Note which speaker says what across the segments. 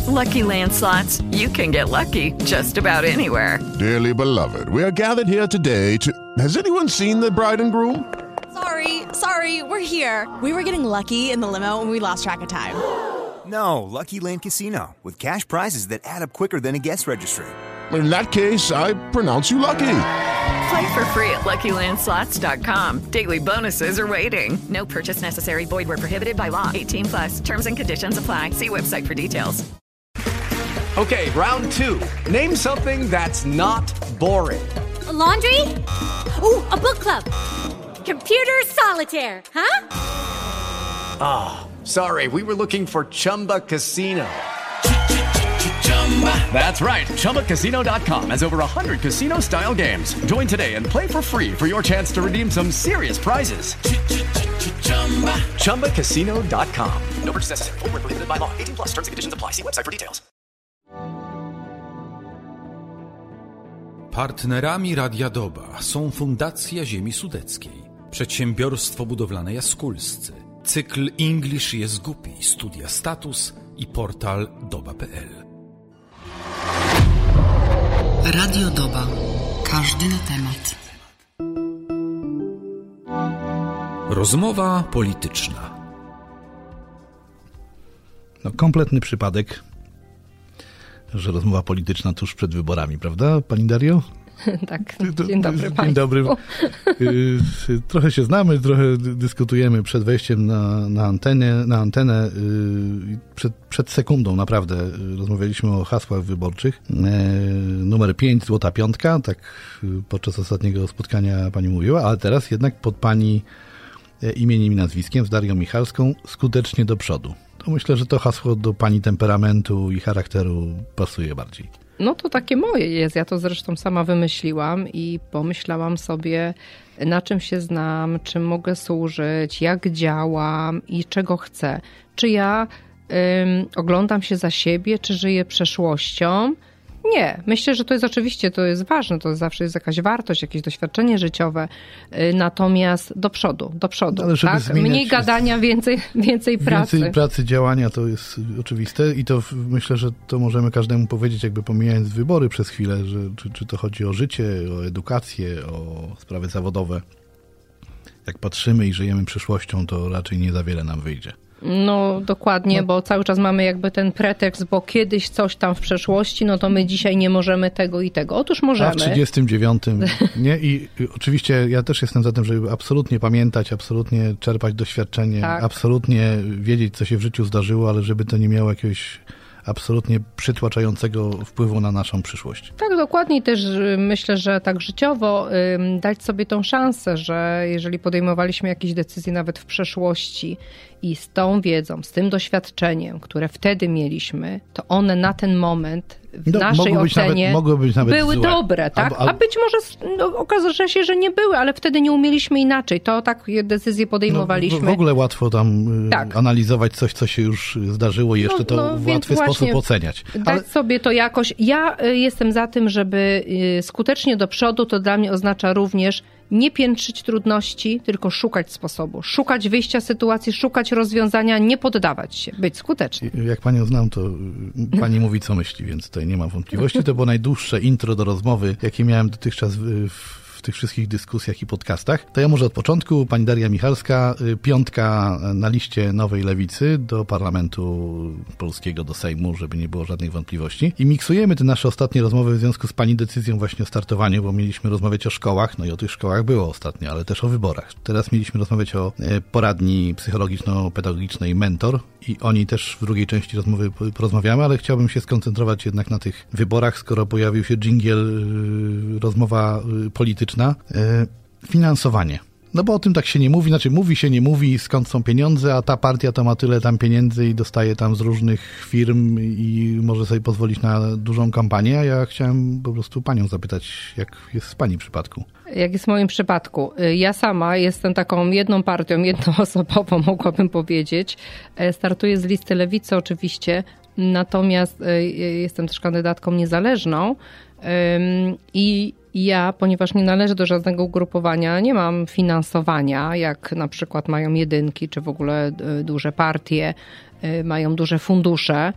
Speaker 1: Lucky Land Slots, you can get lucky just about anywhere.
Speaker 2: Dearly beloved, we are gathered here today to... Has anyone seen the bride and groom?
Speaker 3: Sorry, we're here. We were getting lucky in the limo and we lost track of time.
Speaker 4: No, Lucky Land Casino, with cash prizes that add up quicker than a guest registry.
Speaker 2: In that case, I pronounce you lucky.
Speaker 1: Play for free at LuckyLandSlots.com. Daily bonuses are waiting. No purchase necessary. Void where prohibited by law. 18+. Terms and conditions apply. See website for details.
Speaker 5: Okay, round two. Name something that's not boring.
Speaker 6: A laundry? Ooh, a book club. Computer solitaire, huh?
Speaker 5: Sorry, we were looking for Chumba Casino. That's right. ChumbaCasino.com has over 100 casino-style games. Join today and play for free for your chance to redeem some serious prizes. ChumbaCasino.com. No purchase necessary. Void where prohibited by law. 18+. Terms and conditions apply. See website for details.
Speaker 7: Partnerami Radia Doba są Fundacja Ziemi Sudeckiej, Przedsiębiorstwo Budowlane Jaskulscy, cykl English jest głupi, Studia Status i portal doba.pl.
Speaker 8: Radio Doba. Każdy na temat.
Speaker 7: Rozmowa polityczna.
Speaker 9: No, kompletny przypadek, że rozmowa polityczna tuż przed wyborami, prawda, pani Dario?
Speaker 10: Tak, dzień dobry państwu.
Speaker 9: Dzień dobry. Trochę się znamy, trochę dyskutujemy przed wejściem na antenę. Przed sekundą naprawdę rozmawialiśmy o hasłach wyborczych. Numer 5, złota piątka, tak podczas ostatniego spotkania pani mówiła, ale teraz jednak pod pani imieniem i nazwiskiem, z Darią Michalską, skutecznie do przodu. To myślę, że to hasło do pani temperamentu i charakteru pasuje bardziej.
Speaker 10: No to takie moje jest. Ja to zresztą sama wymyśliłam i pomyślałam sobie, na czym się znam, czym mogę służyć, jak działam i czego chcę. Czy ja oglądam się za siebie, czy żyję przeszłością? Nie. Myślę, że to jest oczywiście, to jest ważne, to zawsze jest jakaś wartość, jakieś doświadczenie życiowe, natomiast do przodu, tak? Mniej gadania, więcej pracy.
Speaker 9: Więcej pracy, działania, to jest oczywiste i to myślę, że to możemy każdemu powiedzieć, jakby pomijając wybory przez chwilę, że czy to chodzi o życie, o edukację, o sprawy zawodowe. Jak patrzymy i żyjemy przyszłością, to raczej nie za wiele nam wyjdzie.
Speaker 10: No dokładnie, bo cały czas mamy jakby ten pretekst, bo kiedyś coś tam w przeszłości, no to my dzisiaj nie możemy tego i tego. Otóż możemy.
Speaker 9: A w 39, nie? I oczywiście ja też jestem za tym, żeby absolutnie pamiętać, absolutnie czerpać doświadczenie, tak. Absolutnie wiedzieć, co się w życiu zdarzyło, ale żeby to nie miało jakiegoś absolutnie przytłaczającego wpływu na naszą przyszłość.
Speaker 10: Tak, dokładnie. Też myślę, że tak życiowo dać sobie tą szansę, że jeżeli podejmowaliśmy jakieś decyzje nawet w przeszłości i z tą wiedzą, z tym doświadczeniem, które wtedy mieliśmy, to one na ten moment w naszej ocenie były złe. Dobre, tak? A być może okaże się, że nie były, ale wtedy nie umieliśmy inaczej. To tak decyzje podejmowaliśmy.
Speaker 9: W ogóle łatwo tam analizować coś, co się już zdarzyło i jeszcze to w łatwy sposób oceniać.
Speaker 10: Dać sobie to jakoś. Ja jestem za tym, żeby skutecznie do przodu, to dla mnie oznacza również nie piętrzyć trudności, tylko szukać sposobu, szukać wyjścia z sytuacji, szukać rozwiązania, nie poddawać się, być skutecznym.
Speaker 9: Jak panią znam, to pani mówi, co myśli, więc tutaj nie ma wątpliwości. To było najdłuższe intro do rozmowy, jakie miałem dotychczas w tych wszystkich dyskusjach i podcastach. To ja może od początku. Pani Daria Michalska, piątka na liście Nowej Lewicy do Parlamentu Polskiego, do Sejmu, żeby nie było żadnych wątpliwości. I miksujemy te nasze ostatnie rozmowy w związku z pani decyzją właśnie o startowaniu, bo mieliśmy rozmawiać o szkołach, no i o tych szkołach było ostatnio, ale też o wyborach. Teraz mieliśmy rozmawiać o poradni psychologiczno-pedagogicznej Mentor i o niej też w drugiej części rozmowy porozmawiamy, ale chciałbym się skoncentrować jednak na tych wyborach, skoro pojawił się dżingiel, rozmowa polityczna. Finansowanie. No bo o tym tak się nie mówi, znaczy mówi się, nie mówi, skąd są pieniądze, a ta partia to ma tyle tam pieniędzy i dostaje tam z różnych firm i może sobie pozwolić na dużą kampanię, a ja chciałem po prostu panią zapytać, jak jest w pani przypadku.
Speaker 10: Jak jest w moim przypadku? Ja sama jestem taką jedną partią, jednoosobową, mogłabym powiedzieć. Startuję z listy Lewicy oczywiście, natomiast jestem też kandydatką niezależną i ja, ponieważ nie należę do żadnego ugrupowania, nie mam finansowania, jak na przykład mają jedynki, czy w ogóle duże partie, mają duże fundusze.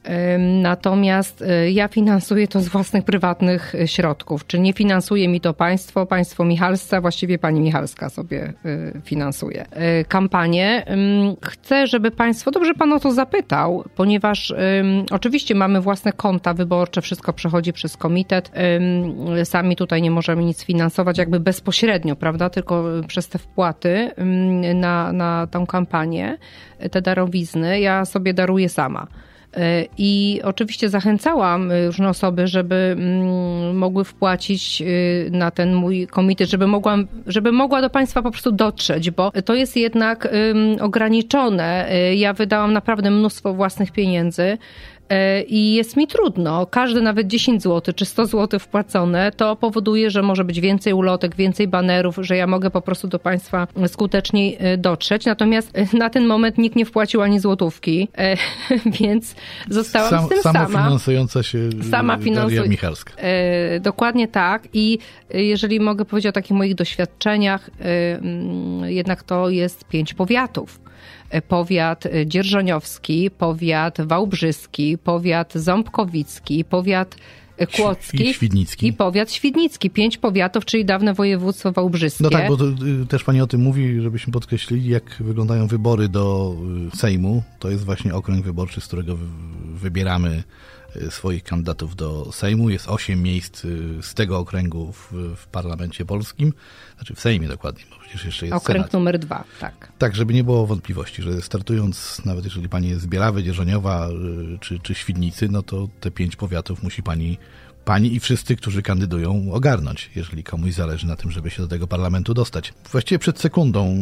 Speaker 10: Natomiast ja finansuję to z własnych prywatnych środków. Czy nie finansuje mi to państwo Michalscy, właściwie pani Michalska sobie finansuje kampanię. Chcę, żeby państwo, dobrze pan o to zapytał, ponieważ oczywiście mamy własne konta wyborcze, wszystko przechodzi przez komitet. Sami tutaj nie możemy nic finansować jakby bezpośrednio, prawda, tylko przez te wpłaty na tą kampanię, te darowizny, ja sobie daruję sama. I oczywiście zachęcałam różne osoby, żeby mogły wpłacić na ten mój komitet, żeby mogła do państwa po prostu dotrzeć, bo to jest jednak ograniczone. Ja wydałam naprawdę mnóstwo własnych pieniędzy. I jest mi trudno. Każde nawet 10 zł czy 100 zł wpłacone, to powoduje, że może być więcej ulotek, więcej banerów, że ja mogę po prostu do państwa skuteczniej dotrzeć. Natomiast na ten moment nikt nie wpłacił ani złotówki, więc zostałam z tym sama.
Speaker 9: Finansująca się Daria Michalska.
Speaker 10: Dokładnie tak. I jeżeli mogę powiedzieć o takich moich doświadczeniach, jednak to jest 5 powiatów. Powiat dzierżoniowski, powiat wałbrzyski, powiat ząbkowicki, powiat kłodzki i powiat świdnicki. 5 powiatów, czyli dawne województwo wałbrzyskie.
Speaker 9: No tak, bo to też pani o tym mówi, żebyśmy podkreślili, jak wyglądają wybory do Sejmu. To jest właśnie okręg wyborczy, z którego wybieramy swoich kandydatów do Sejmu. Jest 8 miejsc z tego okręgu w parlamencie polskim, znaczy w Sejmie dokładnie, bo przecież jeszcze jest
Speaker 10: okręg
Speaker 9: Senat.
Speaker 10: numer 2, tak.
Speaker 9: Tak, żeby nie było wątpliwości, że startując, nawet jeżeli pani jest z Bielawy, Dzierżoniowa czy Świdnicy, no to te 5 powiatów musi pani i wszyscy, którzy kandydują, ogarnąć, jeżeli komuś zależy na tym, żeby się do tego parlamentu dostać. Właściwie przed sekundą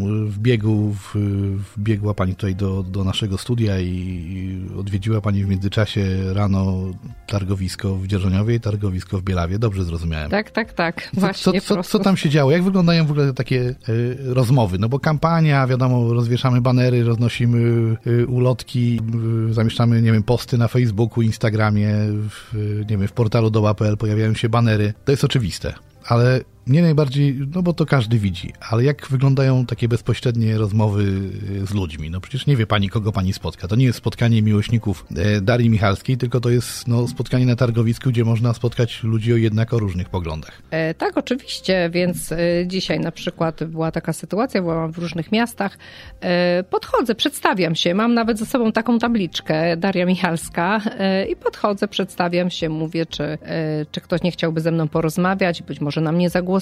Speaker 9: wbiegła pani tutaj do naszego studia i odwiedziła pani w międzyczasie rano targowisko w Dzierżoniowie i targowisko w Bielawie. Dobrze zrozumiałem.
Speaker 10: Tak. Właśnie.
Speaker 9: Co tam się działo? Jak wyglądają w ogóle takie rozmowy? No bo kampania, wiadomo, rozwieszamy banery, roznosimy ulotki, zamieszczamy, nie wiem, posty na Facebooku, Instagramie, w portalu doba.pl pojawiają się banery. To jest oczywiste, ale mnie najbardziej, no bo to każdy widzi, ale jak wyglądają takie bezpośrednie rozmowy z ludźmi? No przecież nie wie pani, kogo pani spotka. To nie jest spotkanie miłośników Darii Michalskiej, tylko to jest spotkanie na targowisku, gdzie można spotkać ludzi jednak o różnych poglądach.
Speaker 10: Tak, oczywiście, więc dzisiaj na przykład była taka sytuacja, byłam w różnych miastach. Podchodzę, przedstawiam się, mam nawet ze sobą taką tabliczkę Daria Michalska i podchodzę, przedstawiam się, mówię, czy ktoś nie chciałby ze mną porozmawiać, być może na mnie zagłosować,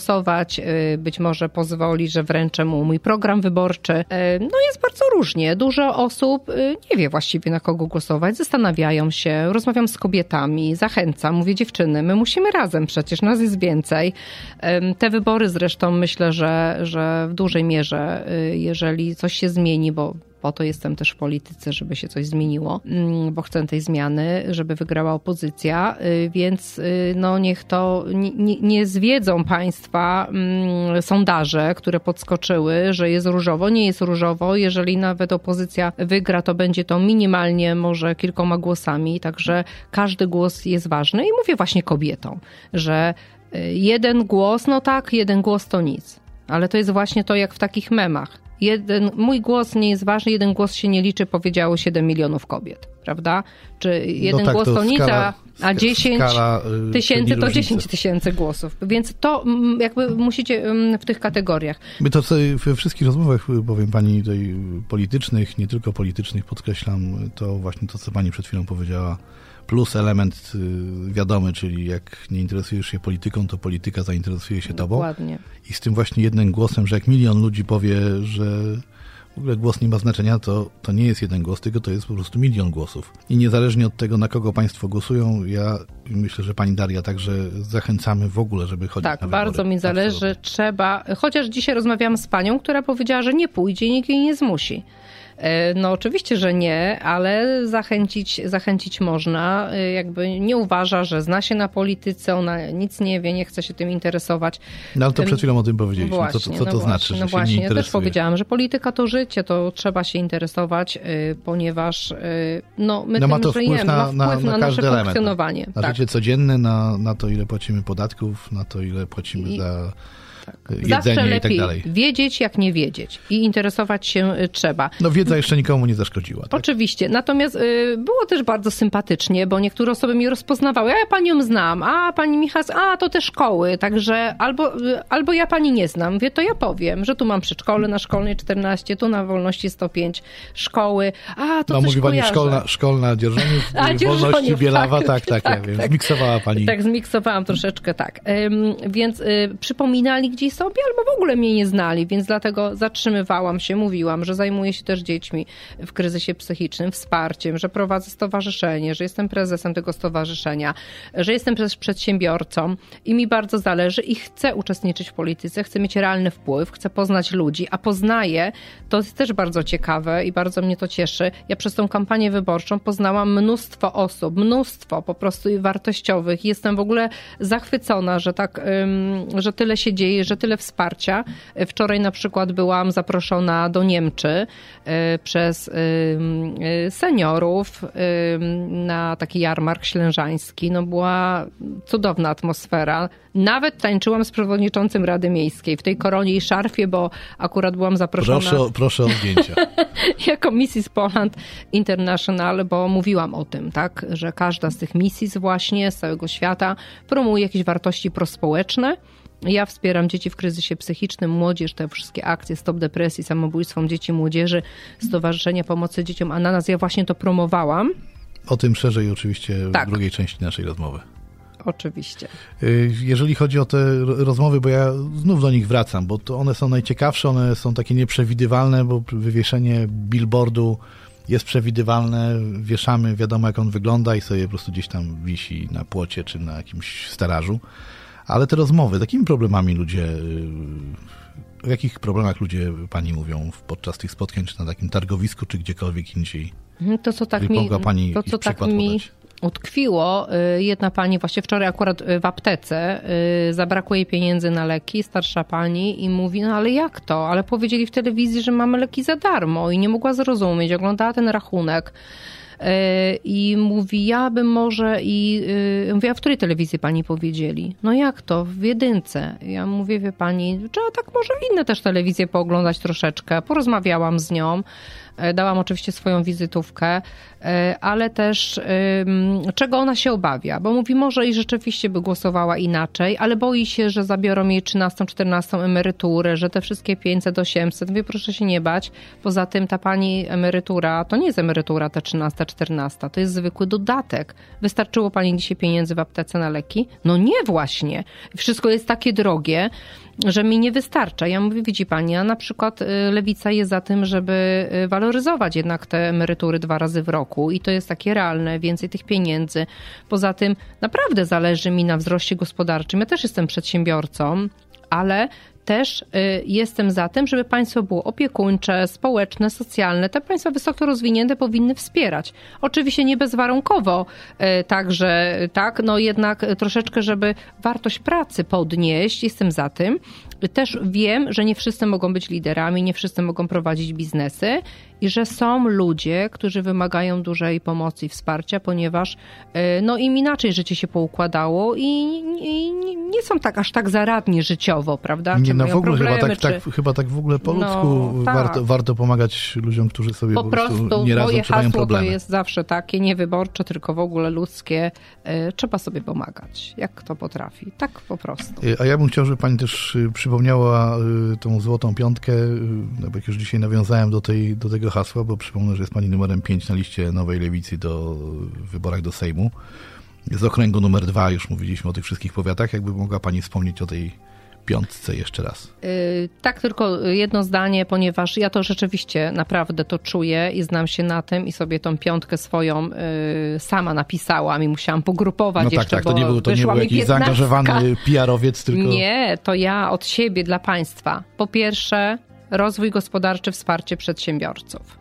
Speaker 10: być może pozwoli, że wręczę mu mój program wyborczy. No jest bardzo różnie. Dużo osób nie wie właściwie, na kogo głosować, zastanawiają się, rozmawiam z kobietami, zachęcam, mówię, dziewczyny, my musimy razem, przecież nas jest więcej. Te wybory zresztą myślę, że w dużej mierze, jeżeli coś się zmieni, bo po to jestem też w polityce, żeby się coś zmieniło, bo chcę tej zmiany, żeby wygrała opozycja, więc no niech to nie zwiedzą państwa sondaże, które podskoczyły, że jest różowo. Nie jest różowo. Jeżeli nawet opozycja wygra, to będzie to minimalnie może kilkoma głosami, także każdy głos jest ważny i mówię właśnie kobietom, że jeden głos, no tak, jeden głos to nic, ale to jest właśnie to jak w takich memach. Mój głos nie jest ważny, jeden głos się nie liczy, powiedziało 7 milionów kobiet, prawda? Czy jeden głos to nic, a 10 tysięcy to 10 tysięcy głosów. Więc to jakby musicie w tych kategoriach.
Speaker 9: My to we wszystkich rozmowach, powiem pani, tutaj politycznych, nie tylko politycznych, podkreślam to właśnie to, co pani przed chwilą powiedziała, plus element wiadomy, czyli jak nie interesujesz się polityką, to polityka zainteresuje się tobą.
Speaker 10: Dokładnie.
Speaker 9: I z tym właśnie jednym głosem, że jak 1 milion ludzi powie, że w ogóle głos nie ma znaczenia, to nie jest jeden głos, tylko to jest po prostu 1 milion głosów. I niezależnie od tego, na kogo państwo głosują, ja myślę, że pani Daria także zachęcamy w ogóle, żeby chodzić na wybory.
Speaker 10: Tak, bardzo mi zależy. Trzeba, chociaż dzisiaj rozmawiałam z panią, która powiedziała, że nie pójdzie i nikt jej nie zmusi. No oczywiście, że nie, ale zachęcić można. Jakby nie uważa, że zna się na polityce, ona nic nie wie, nie chce się tym interesować.
Speaker 9: No ale to przed chwilą o tym powiedzieliśmy.
Speaker 10: Właśnie,
Speaker 9: co to znaczy, że
Speaker 10: no
Speaker 9: się
Speaker 10: właśnie,
Speaker 9: nie interesuje?
Speaker 10: Ja też powiedziałam, że polityka to życie, to trzeba się interesować, ponieważ my
Speaker 9: ma
Speaker 10: tym
Speaker 9: to
Speaker 10: żyjemy, ma wpływ na nasze funkcjonowanie.
Speaker 9: Na życie codzienne, na to, ile płacimy podatków, na to, ile płacimy za jedzenie i tak dalej.
Speaker 10: Wiedzieć, jak nie wiedzieć i interesować się trzeba.
Speaker 9: No wiedza jeszcze nikomu nie zaszkodziła. Tak?
Speaker 10: Oczywiście, natomiast było też bardzo sympatycznie, bo niektóre osoby mnie rozpoznawały, a ja panią znam, a pani Michalska, a to te szkoły, także albo ja pani nie znam, mówię, to ja powiem, że tu mam przedszkole na Szkolnej 14, tu na Wolności 105 szkoły, a to
Speaker 9: no,
Speaker 10: coś
Speaker 9: mówi pani
Speaker 10: kojarzę.
Speaker 9: szkolna Dzierżoniów, Wolności Bielawa, tak, ja wiem, zmiksowała pani.
Speaker 10: Tak, zmiksowałam troszeczkę, tak. Więc przypominali gdzieś sobie, albo w ogóle mnie nie znali, więc dlatego zatrzymywałam się, mówiłam, że zajmuję się też dziećmi w kryzysie psychicznym, wsparciem, że prowadzę stowarzyszenie, że jestem prezesem tego stowarzyszenia, że jestem też przedsiębiorcą i mi bardzo zależy i chcę uczestniczyć w polityce, chcę mieć realny wpływ, chcę poznać ludzi, a poznaję, to jest też bardzo ciekawe i bardzo mnie to cieszy. Ja przez tą kampanię wyborczą poznałam mnóstwo osób, mnóstwo po prostu wartościowych. Jestem w ogóle zachwycona, że tak, że tyle się dzieje, że tyle wsparcia. Wczoraj na przykład byłam zaproszona do Niemczy przez seniorów na taki jarmark ślężański. No była cudowna atmosfera. Nawet tańczyłam z przewodniczącym Rady Miejskiej w tej koronie i szarfie, bo akurat byłam zaproszona.
Speaker 9: Proszę o zdjęcia.
Speaker 10: Jako Mrs. Poland International, bo mówiłam o tym, tak, że każda z tych misji właśnie z całego świata promuje jakieś wartości prospołeczne. Ja wspieram dzieci w kryzysie psychicznym, młodzież, te wszystkie akcje Stop Depresji, samobójstwom dzieci, młodzieży, Stowarzyszenie Pomocy Dzieciom Ananas. Ja właśnie to promowałam.
Speaker 9: O tym szerzej oczywiście w drugiej części naszej rozmowy.
Speaker 10: Oczywiście.
Speaker 9: Jeżeli chodzi o te rozmowy, bo ja znów do nich wracam, bo to one są najciekawsze, one są takie nieprzewidywalne, bo wywieszenie billboardu jest przewidywalne, wieszamy, wiadomo jak on wygląda i sobie po prostu gdzieś tam wisi na płocie czy na jakimś starażu. Ale te rozmowy, takimi problemami ludzie, o jakich problemach ludzie pani mówią podczas tych spotkań, czy na takim targowisku, czy gdziekolwiek indziej?
Speaker 10: To, co tak mi utkwiło, jedna pani właśnie wczoraj akurat w aptece, zabrakło jej pieniędzy na leki, starsza pani i mówi, no ale jak to? Ale powiedzieli w telewizji, że mamy leki za darmo i nie mogła zrozumieć, oglądała ten rachunek. I mówi, ja bym może mówię, a w której telewizji pani powiedzieli? No jak to? W Jedynce. Ja mówię, wie pani, trzeba tak może inne też telewizje pooglądać troszeczkę. Porozmawiałam z nią. Dałam oczywiście swoją wizytówkę, ale też czego ona się obawia, bo mówi, może i rzeczywiście by głosowała inaczej, ale boi się, że zabiorą jej 13, 14 emeryturę, że te wszystkie 500, 800, mówię, proszę się nie bać. Poza tym ta pani emerytura, to nie jest emerytura ta 13, 14, to jest zwykły dodatek. Wystarczyło pani dzisiaj pieniędzy w aptece na leki? No nie właśnie. Wszystko jest takie drogie, że mi nie wystarcza. Ja mówię, widzi pani, a na przykład Lewica jest za tym, żeby waloryzować jednak te emerytury 2 razy w roku i to jest takie realne, więcej tych pieniędzy. Poza tym naprawdę zależy mi na wzroście gospodarczym. Ja też jestem przedsiębiorcą, ale też jestem za tym, żeby państwo było opiekuńcze, społeczne, socjalne. Te państwa wysoko rozwinięte powinny wspierać. Oczywiście nie bezwarunkowo, także tak, no jednak troszeczkę, żeby wartość pracy podnieść. Jestem za tym. Też wiem, że nie wszyscy mogą być liderami, nie wszyscy mogą prowadzić biznesy i że są ludzie, którzy wymagają dużej pomocy i wsparcia, ponieważ no im inaczej życie się poukładało i nie są tak aż tak zaradni życiowo, prawda?
Speaker 9: Nie, no w ogóle chyba tak w ogóle po ludzku warto pomagać ludziom, którzy sobie po prostu nieraz
Speaker 10: moje
Speaker 9: odczuwają
Speaker 10: hasło
Speaker 9: problemy.
Speaker 10: To jest zawsze takie, nie wyborcze, tylko w ogóle ludzkie. Trzeba sobie pomagać, jak kto potrafi. Tak po prostu.
Speaker 9: A ja bym chciał, żeby pani też przypomniała tą złotą piątkę, bo jak już dzisiaj nawiązałem do tego hasła, bo przypomnę, że jest pani numerem 5 na liście Nowej Lewicy w wyborach do Sejmu. Z okręgu numer 2 już mówiliśmy o tych wszystkich powiatach. Jakby mogła pani wspomnieć o tej piątce jeszcze raz.
Speaker 10: Tak, tylko jedno zdanie, ponieważ ja to rzeczywiście naprawdę to czuję i znam się na tym i sobie tą piątkę swoją sama napisałam i musiałam pogrupować
Speaker 9: no
Speaker 10: jeszcze,
Speaker 9: tak, to nie był jakiś
Speaker 10: 15.
Speaker 9: zaangażowany PR-owiec, tylko...
Speaker 10: Nie, to ja od siebie dla państwa. Po pierwsze, rozwój gospodarczy, wsparcie przedsiębiorców.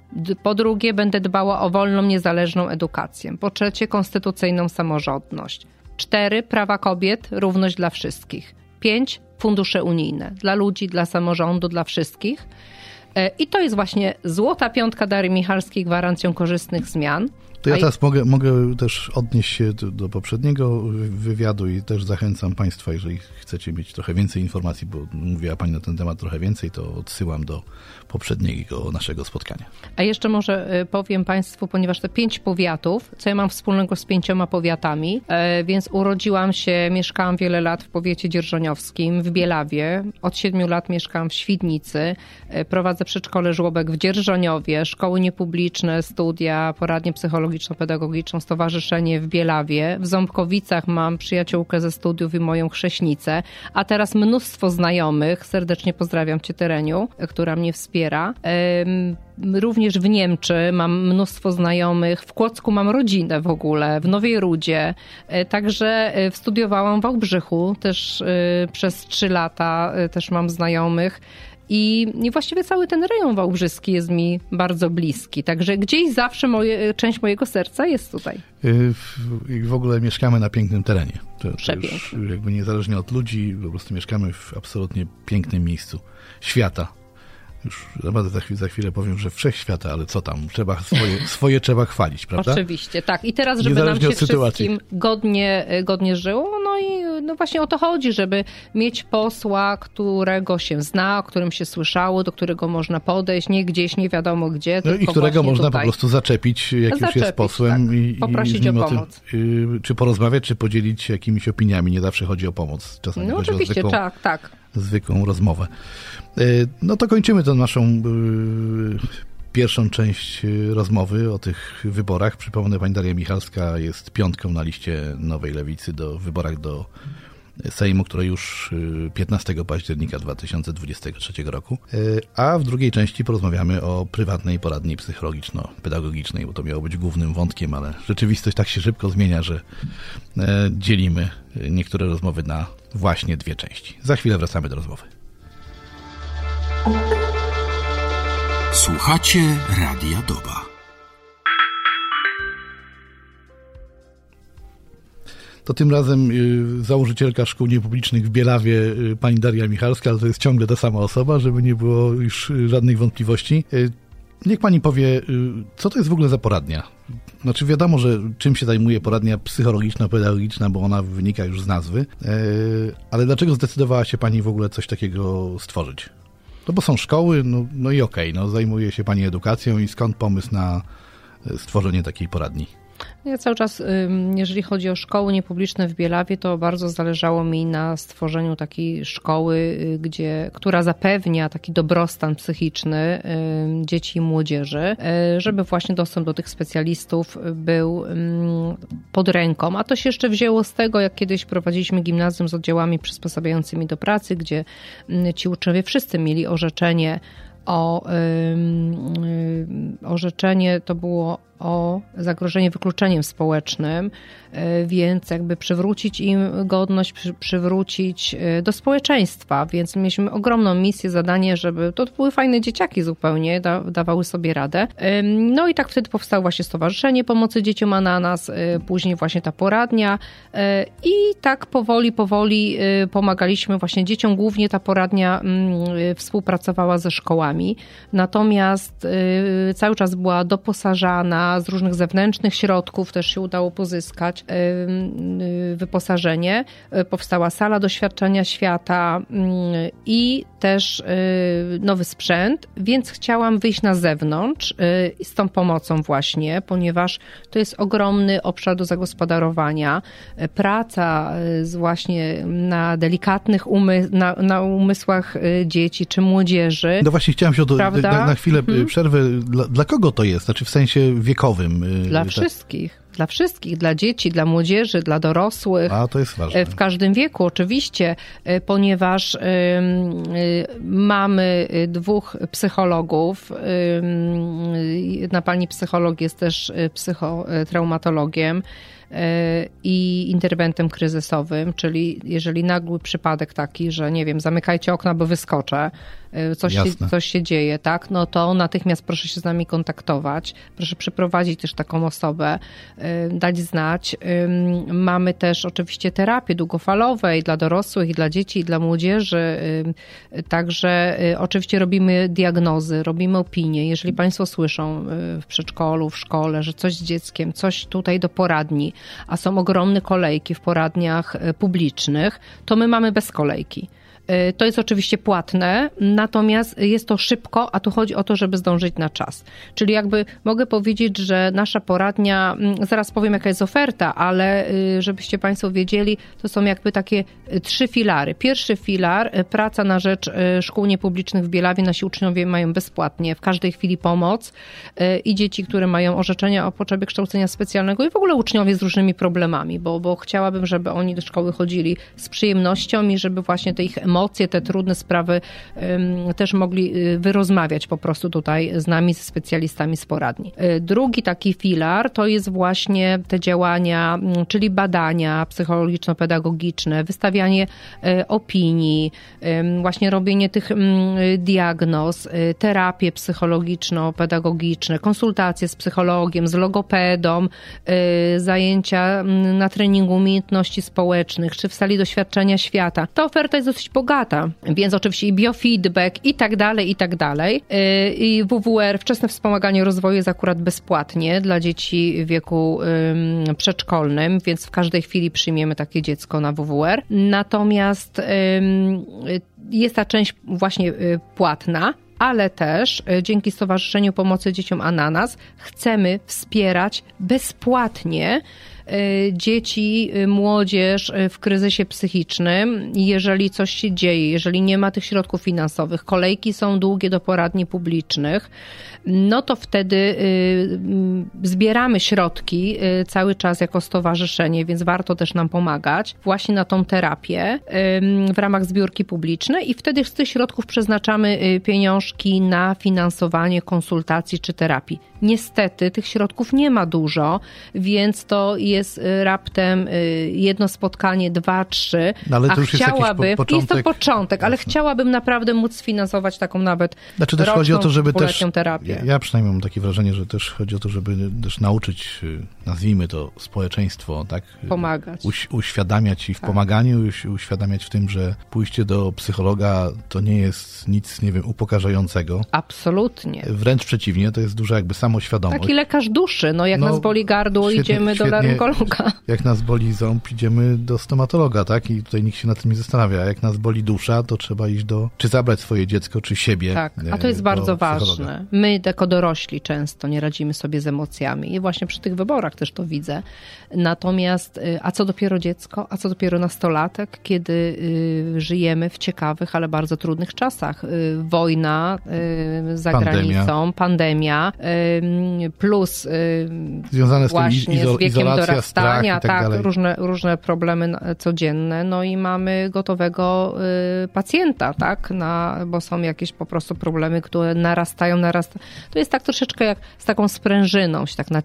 Speaker 10: Po drugie, będę dbała o wolną, niezależną edukację. Po trzecie, konstytucyjną samorządność. 4, prawa kobiet, równość dla wszystkich. 5, fundusze unijne dla ludzi, dla samorządu, dla wszystkich. I to jest właśnie złota piątka Darii Michalskiej gwarancją korzystnych zmian.
Speaker 9: To ja teraz mogę też odnieść się do poprzedniego wywiadu i też zachęcam Państwa, jeżeli chcecie mieć trochę więcej informacji, bo mówiła Pani na ten temat trochę więcej, to odsyłam do poprzedniego naszego spotkania.
Speaker 10: A jeszcze może powiem Państwu, ponieważ te 5 powiatów, co ja mam wspólnego z 5 powiatami, więc urodziłam się, mieszkałam wiele lat w powiecie dzierżoniowskim, w Bielawie. Od 7 lat mieszkałam w Świdnicy. Prowadzę przedszkole żłobek w Dzierżoniowie, szkoły niepubliczne, studia, poradnię psychologiczno-pedagogiczną, stowarzyszenie w Bielawie. W Ząbkowicach mam przyjaciółkę ze studiów i moją chrześnicę, a teraz mnóstwo znajomych, serdecznie pozdrawiam Cię, Tereniu, która mnie wspiera. Również w Niemczy mam mnóstwo znajomych, w Kłodzku mam rodzinę w ogóle, w Nowej Rudzie, także studiowałam w Wałbrzychu, też przez 3 lata też mam znajomych. I właściwie cały ten rejon wałbrzyski jest mi bardzo bliski. Także gdzieś zawsze część mojego serca jest tutaj.
Speaker 9: I w ogóle mieszkamy na pięknym terenie. To już jakby niezależnie od ludzi, po prostu mieszkamy w absolutnie pięknym miejscu świata. Już naprawdę za chwilę powiem, że wszechświata, ale co tam, swoje trzeba chwalić, prawda?
Speaker 10: Oczywiście, tak. I teraz, żeby nam się wszystkim godnie żyło, no i właśnie o to chodzi, żeby mieć posła, którego się zna, o którym się słyszało, do którego można podejść, nie gdzieś, nie wiadomo gdzie,
Speaker 9: no i którego można tutaj po prostu zaczepić, jak już jest posłem, tak.
Speaker 10: I poprosić o pomoc.
Speaker 9: Czy porozmawiać, czy podzielić się jakimiś opiniami. Nie zawsze chodzi o pomoc. Czasami chodzi
Speaker 10: oczywiście,
Speaker 9: o zwykłą
Speaker 10: tak.
Speaker 9: rozmowę. No to kończymy tę naszą pierwszą część rozmowy o tych wyborach. Przypomnę, pani Daria Michalska jest 5. na liście Nowej Lewicy w wyborach do Sejmu, które już 15 października 2023 roku. A w drugiej części porozmawiamy o prywatnej poradni psychologiczno-pedagogicznej, bo to miało być głównym wątkiem, ale rzeczywistość tak się szybko zmienia, że dzielimy niektóre rozmowy na właśnie 2 części. Za chwilę wracamy do rozmowy.
Speaker 11: Słuchacie Radia Doba.
Speaker 9: To tym razem założycielka szkół niepublicznych w Bielawie, pani Daria Michalska, ale to jest ciągle ta sama osoba, żeby nie było już żadnych wątpliwości. Niech pani powie, co to jest w ogóle za poradnia? Znaczy wiadomo, że czym się zajmuje poradnia psychologiczno-pedagogiczna, bo ona wynika już z nazwy, ale dlaczego zdecydowała się pani w ogóle coś takiego stworzyć? No bo są szkoły, no i okej, zajmuje się pani edukacją i skąd pomysł na stworzenie takiej poradni?
Speaker 10: Ja cały czas, jeżeli chodzi o szkoły niepubliczne w Bielawie, to bardzo zależało mi na stworzeniu takiej szkoły, która zapewnia taki dobrostan psychiczny dzieci i młodzieży, żeby właśnie dostęp do tych specjalistów był pod ręką. A to się jeszcze wzięło z tego, jak kiedyś prowadziliśmy gimnazjum z oddziałami przysposabiającymi do pracy, gdzie ci uczniowie wszyscy mieli orzeczenie orzeczenie to było o zagrożenie wykluczeniem społecznym, więc jakby przywrócić im godność, przywrócić do społeczeństwa, więc mieliśmy ogromną misję, zadanie, żeby to były fajne dzieciaki zupełnie, dawały sobie radę. No i tak wtedy powstało właśnie Stowarzyszenie Pomocy Dzieciom Ananas, później właśnie ta poradnia i tak powoli pomagaliśmy właśnie dzieciom, głównie ta poradnia współpracowała ze szkołami, natomiast cały czas była doposażana z różnych zewnętrznych środków, też się udało pozyskać wyposażenie. Powstała sala doświadczenia świata i też nowy sprzęt, więc chciałam wyjść na zewnątrz z tą pomocą właśnie, ponieważ to jest ogromny obszar do zagospodarowania. Praca właśnie na delikatnych na umysłach dzieci czy młodzieży.
Speaker 9: No właśnie chciałam się na chwilę przerwę. Dla kogo to jest? Znaczy w sensie wiekowym?
Speaker 10: Dla wszystkich. Dla wszystkich, dla dzieci, dla młodzieży, dla dorosłych.
Speaker 9: A, to jest ważne.
Speaker 10: W każdym wieku oczywiście, ponieważ mamy 2 psychologów. Jedna pani psycholog jest też psychotraumatologiem i interwentem kryzysowym, czyli jeżeli nagły przypadek taki, że nie wiem, zamykajcie okna, bo wyskoczę, coś się dzieje, tak, no to natychmiast proszę się z nami kontaktować, proszę przyprowadzić też taką osobę, dać znać. Mamy też oczywiście terapie długofalowe i dla dorosłych, i dla dzieci, i dla młodzieży. Także oczywiście robimy diagnozy, robimy opinie. Jeżeli Państwo słyszą w przedszkolu, w szkole, że coś z dzieckiem, coś tutaj do poradni, a są ogromne kolejki w poradniach publicznych, to my mamy bez kolejki. To jest oczywiście płatne, natomiast jest to szybko, a tu chodzi o to, żeby zdążyć na czas. Czyli jakby mogę powiedzieć, że nasza poradnia, zaraz powiem jaka jest oferta, ale żebyście Państwo wiedzieli, to są jakby takie 3 filary. Pierwszy filar, praca na rzecz szkół niepublicznych w Bielawie. Nasi uczniowie mają bezpłatnie w każdej chwili pomoc i dzieci, które mają orzeczenia o potrzebie kształcenia specjalnego i w ogóle uczniowie z różnymi problemami, bo chciałabym, żeby oni do szkoły chodzili z przyjemnością i żeby właśnie te ich emocje, te trudne sprawy też mogli wyrozmawiać po prostu tutaj z nami, ze specjalistami z poradni. Drugi taki filar to jest właśnie te działania, czyli badania psychologiczno-pedagogiczne, wystawianie opinii, właśnie robienie tych diagnoz, terapie psychologiczno-pedagogiczne, konsultacje z psychologiem, z logopedą, zajęcia na treningu umiejętności społecznych, czy w sali doświadczenia świata. Ta oferta jest dosyć bogata, więc oczywiście i biofeedback i tak dalej, i tak dalej. I WWR, wczesne wspomaganie rozwoju, jest akurat bezpłatnie dla dzieci w wieku przedszkolnym, więc w każdej chwili przyjmiemy takie dziecko na WWR. Natomiast jest ta część właśnie płatna, ale też dzięki Stowarzyszeniu Pomocy Dzieciom Ananas chcemy wspierać bezpłatnie dzieci, młodzież w kryzysie psychicznym. Jeżeli coś się dzieje, jeżeli nie ma tych środków finansowych, kolejki są długie do poradni publicznych, no to wtedy zbieramy środki cały czas jako stowarzyszenie, więc warto też nam pomagać właśnie na tą terapię w ramach zbiórki publicznej i wtedy z tych środków przeznaczamy pieniążki na finansowanie konsultacji czy terapii. Niestety tych środków nie ma dużo, więc to jest raptem jedno spotkanie, 2, 3,
Speaker 9: no, ale to
Speaker 10: a
Speaker 9: już
Speaker 10: chciałabym,
Speaker 9: jest jakiś
Speaker 10: jest to początek, ale chciałabym naprawdę móc sfinansować taką nawet
Speaker 9: znaczy też chodzi o to, żeby też
Speaker 10: terapię.
Speaker 9: Ja przynajmniej mam takie wrażenie, że też chodzi o to, żeby też nauczyć, nazwijmy to, społeczeństwo, tak?
Speaker 10: Pomagać.
Speaker 9: Uświadamiać i w pomaganiu, uświadamiać w tym, że pójście do psychologa to nie jest nic, nie wiem, upokarzającego.
Speaker 10: Absolutnie.
Speaker 9: Wręcz przeciwnie, to jest duża jakby samoświadomość.
Speaker 10: Taki lekarz duszy, jak nas boli gardło, idziemy do laryngologa.
Speaker 9: Jak nas boli ząb, idziemy do stomatologa, tak? I tutaj nikt się nad tym nie zastanawia. Jak nas boli dusza, to trzeba iść czy zabrać swoje dziecko, czy siebie.
Speaker 10: Tak, a to jest bardzo ważne. My jako dorośli często nie radzimy sobie z emocjami i właśnie przy tych wyborach też to widzę. Natomiast, a co dopiero dziecko, a co dopiero nastolatek, kiedy żyjemy w ciekawych, ale bardzo trudnych czasach. Wojna za granicą, pandemia, plus
Speaker 9: związane z
Speaker 10: właśnie
Speaker 9: tym
Speaker 10: z wiekiem dorastania,
Speaker 9: tak,
Speaker 10: różne problemy codzienne, no i mamy gotowego pacjenta, tak, bo są jakieś po prostu problemy, które narastają. To jest tak troszeczkę jak z taką sprężyną, się tak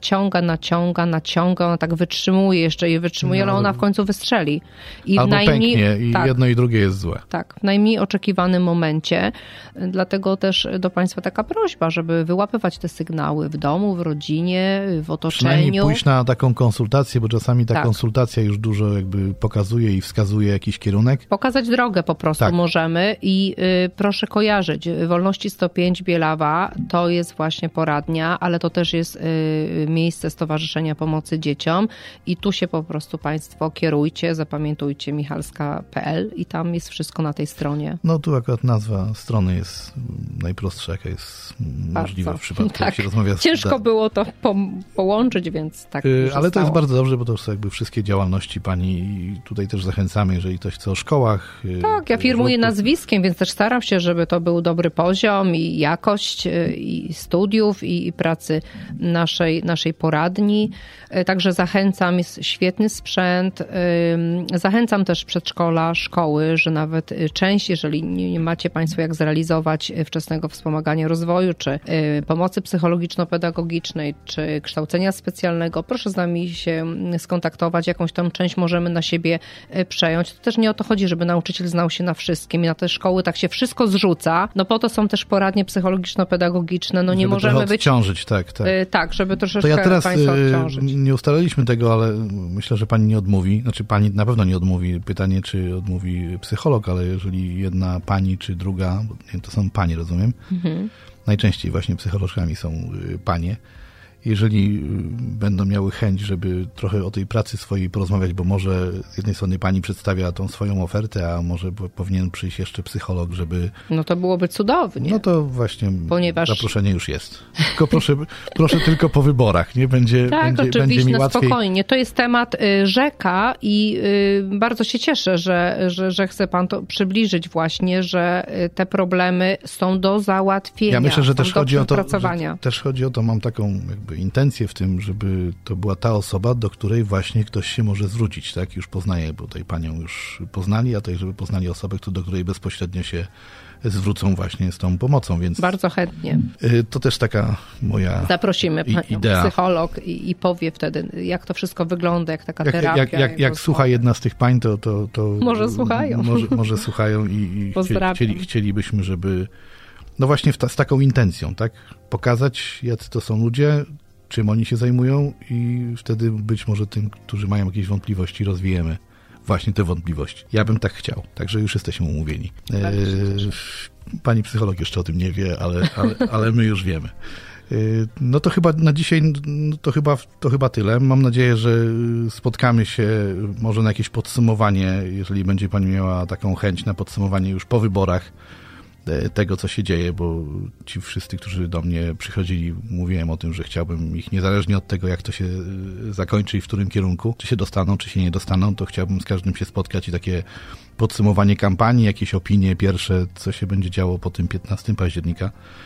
Speaker 10: naciąga, ona tak wytrzymuje jeszcze i wytrzymuje, ale ona w końcu wystrzeli. I
Speaker 9: albo pęknie i jedno i drugie jest złe.
Speaker 10: Tak, w najmniej oczekiwanym momencie. Dlatego też do Państwa taka prośba, żeby wyłapywać te sygnały w domu, w rodzinie, w otoczeniu.
Speaker 9: Przynajmniej pójść na taką konsultację, bo czasami ta konsultacja już dużo jakby pokazuje i wskazuje jakiś kierunek.
Speaker 10: Pokazać drogę po prostu możemy i proszę kojarzyć, Wolności 105 Bielawa to jest właśnie poradnia, ale to też jest miejsce Stowarzyszenia Pomocy Dzieciom i tu się po prostu Państwo kierujcie, zapamiętujcie michalska.pl i tam jest wszystko na tej stronie.
Speaker 9: No tu akurat nazwa strony jest najprostsza, jaka jest możliwa w przypadku, jak się rozmawia z...
Speaker 10: Ciężko było to połączyć, więc tak
Speaker 9: ale to jest bardzo dobrze, bo to są jakby wszystkie działalności pani i tutaj też zachęcamy, jeżeli ktoś chce o szkołach.
Speaker 10: Tak, ja firmuję nazwiskiem, więc też staram się, żeby to był dobry poziom i jakość i studiów i pracy naszej poradni. Także zachęcam, jest świetny sprzęt. Zachęcam też przedszkola, szkoły, że nawet część, jeżeli nie macie Państwo jak zrealizować wczesnego wspomagania rozwoju, czy pomocy psychologiczno-pedagogicznej, czy kształcenia specjalnego, proszę z nami się się skontaktować, jakąś tam część możemy na siebie przejąć. To też nie o to chodzi, żeby nauczyciel znał się na wszystkim i na te szkoły tak się wszystko zrzuca. No po to są też poradnie psychologiczno-pedagogiczne. No nie
Speaker 9: żeby
Speaker 10: możemy być...
Speaker 9: odciążyć, tak.
Speaker 10: Tak, żeby troszeczkę
Speaker 9: to ja teraz
Speaker 10: państwa odciążyć.
Speaker 9: Nie ustaliliśmy tego, ale myślę, że pani nie odmówi. Znaczy pani na pewno nie odmówi. Pytanie, czy odmówi psycholog, ale jeżeli jedna pani czy druga, to są panie, rozumiem? Najczęściej właśnie psycholożkami są panie. Jeżeli będą miały chęć, żeby trochę o tej pracy swojej porozmawiać, bo może z jednej strony pani przedstawia tą swoją ofertę, a może powinien przyjść jeszcze psycholog, żeby...
Speaker 10: No to byłoby cudownie.
Speaker 9: No to właśnie
Speaker 10: ponieważ...
Speaker 9: zaproszenie już jest. Tylko proszę tylko po wyborach, nie? Będzie
Speaker 10: oczywiście,
Speaker 9: mi łatwiej.
Speaker 10: Spokojnie. To jest temat rzeka i bardzo się cieszę, że chce pan to przybliżyć właśnie, że te problemy są do załatwienia.
Speaker 9: Ja myślę, że też chodzi o to, mam taką jakby intencję w tym, żeby to była ta osoba, do której właśnie ktoś się może zwrócić, tak? Już poznaje, bo tutaj panią już poznali, a tutaj, żeby poznali osobę, do której bezpośrednio się zwrócą właśnie z tą pomocą, więc...
Speaker 10: Bardzo chętnie.
Speaker 9: To też taka moja
Speaker 10: Zaprosimy panią
Speaker 9: idea.
Speaker 10: Psycholog i powie wtedy, jak to wszystko wygląda, jak taka terapia.
Speaker 9: Jak słucha jedna z tych pań, to
Speaker 10: może słuchają.
Speaker 9: Może słuchają i
Speaker 10: Pozdrawiam.
Speaker 9: chcielibyśmy, żeby no właśnie z taką intencją, tak? Pokazać, jacy to są ludzie, czym oni się zajmują i wtedy być może tym, którzy mają jakieś wątpliwości, rozwijemy właśnie te wątpliwości. Ja bym tak chciał, także już jesteśmy umówieni. Pani psycholog jeszcze o tym nie wie, ale my już wiemy. No to chyba na dzisiaj to chyba tyle. Mam nadzieję, że spotkamy się może na jakieś podsumowanie, jeżeli będzie pani miała taką chęć na podsumowanie już po wyborach tego, co się dzieje, bo ci wszyscy, którzy do mnie przychodzili, mówiłem o tym, że chciałbym ich niezależnie od tego, jak to się zakończy i w którym kierunku, czy się dostaną, czy się nie dostaną, to chciałbym z każdym się spotkać i takie podsumowanie kampanii, jakieś opinie pierwsze, co się będzie działo po tym 15 października.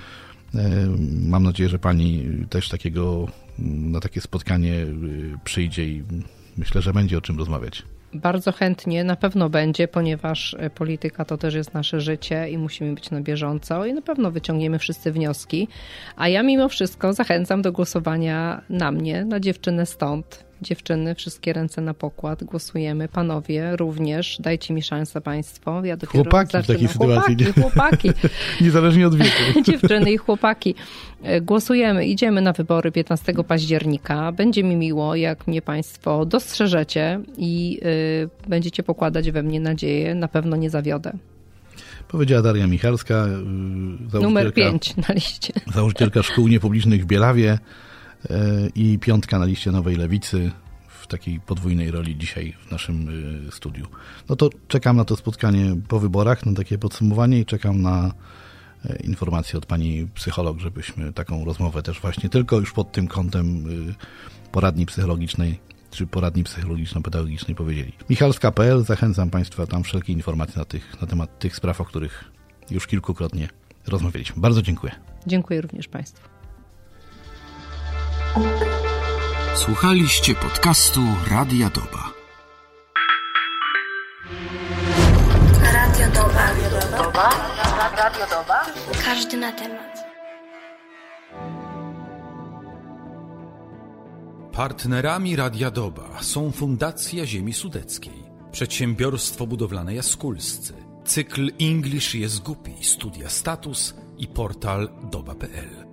Speaker 9: Mam nadzieję, że pani też na takie spotkanie przyjdzie i myślę, że będzie o czym rozmawiać.
Speaker 10: Bardzo chętnie, na pewno będzie, ponieważ polityka to też jest nasze życie i musimy być na bieżąco i na pewno wyciągniemy wszyscy wnioski. A ja mimo wszystko zachęcam do głosowania na mnie, na dziewczynę stąd. Dziewczyny, wszystkie ręce na pokład, głosujemy. Panowie również, dajcie mi szansę państwo. Ja dopiero
Speaker 9: chłopaki w takiej sytuacji.
Speaker 10: Chłopaki.
Speaker 9: Niezależnie od wieku.
Speaker 10: Dziewczyny i chłopaki. Głosujemy, idziemy na wybory 15 października. Będzie mi miło, jak mnie państwo dostrzeżecie i będziecie pokładać we mnie nadzieję. Na pewno nie zawiodę.
Speaker 9: Powiedziała Daria Michalska,
Speaker 10: numer 5 na liście.
Speaker 9: Założycielka szkół niepublicznych w Bielawie i 5 na liście Nowej Lewicy w takiej podwójnej roli dzisiaj w naszym studiu. No to czekam na to spotkanie po wyborach, na takie podsumowanie i czekam na informacje od pani psycholog, żebyśmy taką rozmowę też właśnie tylko już pod tym kątem poradni psychologicznej czy poradni psychologiczno-pedagogicznej powiedzieli. Michalska.pl, zachęcam państwa tam wszelkie informacje na temat tych spraw, o których już kilkukrotnie rozmawialiśmy. Bardzo dziękuję.
Speaker 10: Dziękuję również państwu.
Speaker 11: Słuchaliście podcastu Radia Doba.
Speaker 12: Radio Doba. Radio Doba. Każdy na temat.
Speaker 7: Partnerami Radia Doba są Fundacja Ziemi Sudeckiej, Przedsiębiorstwo Budowlane Jaskulscy, cykl English jest głupi, Studia Status i portal doba.pl.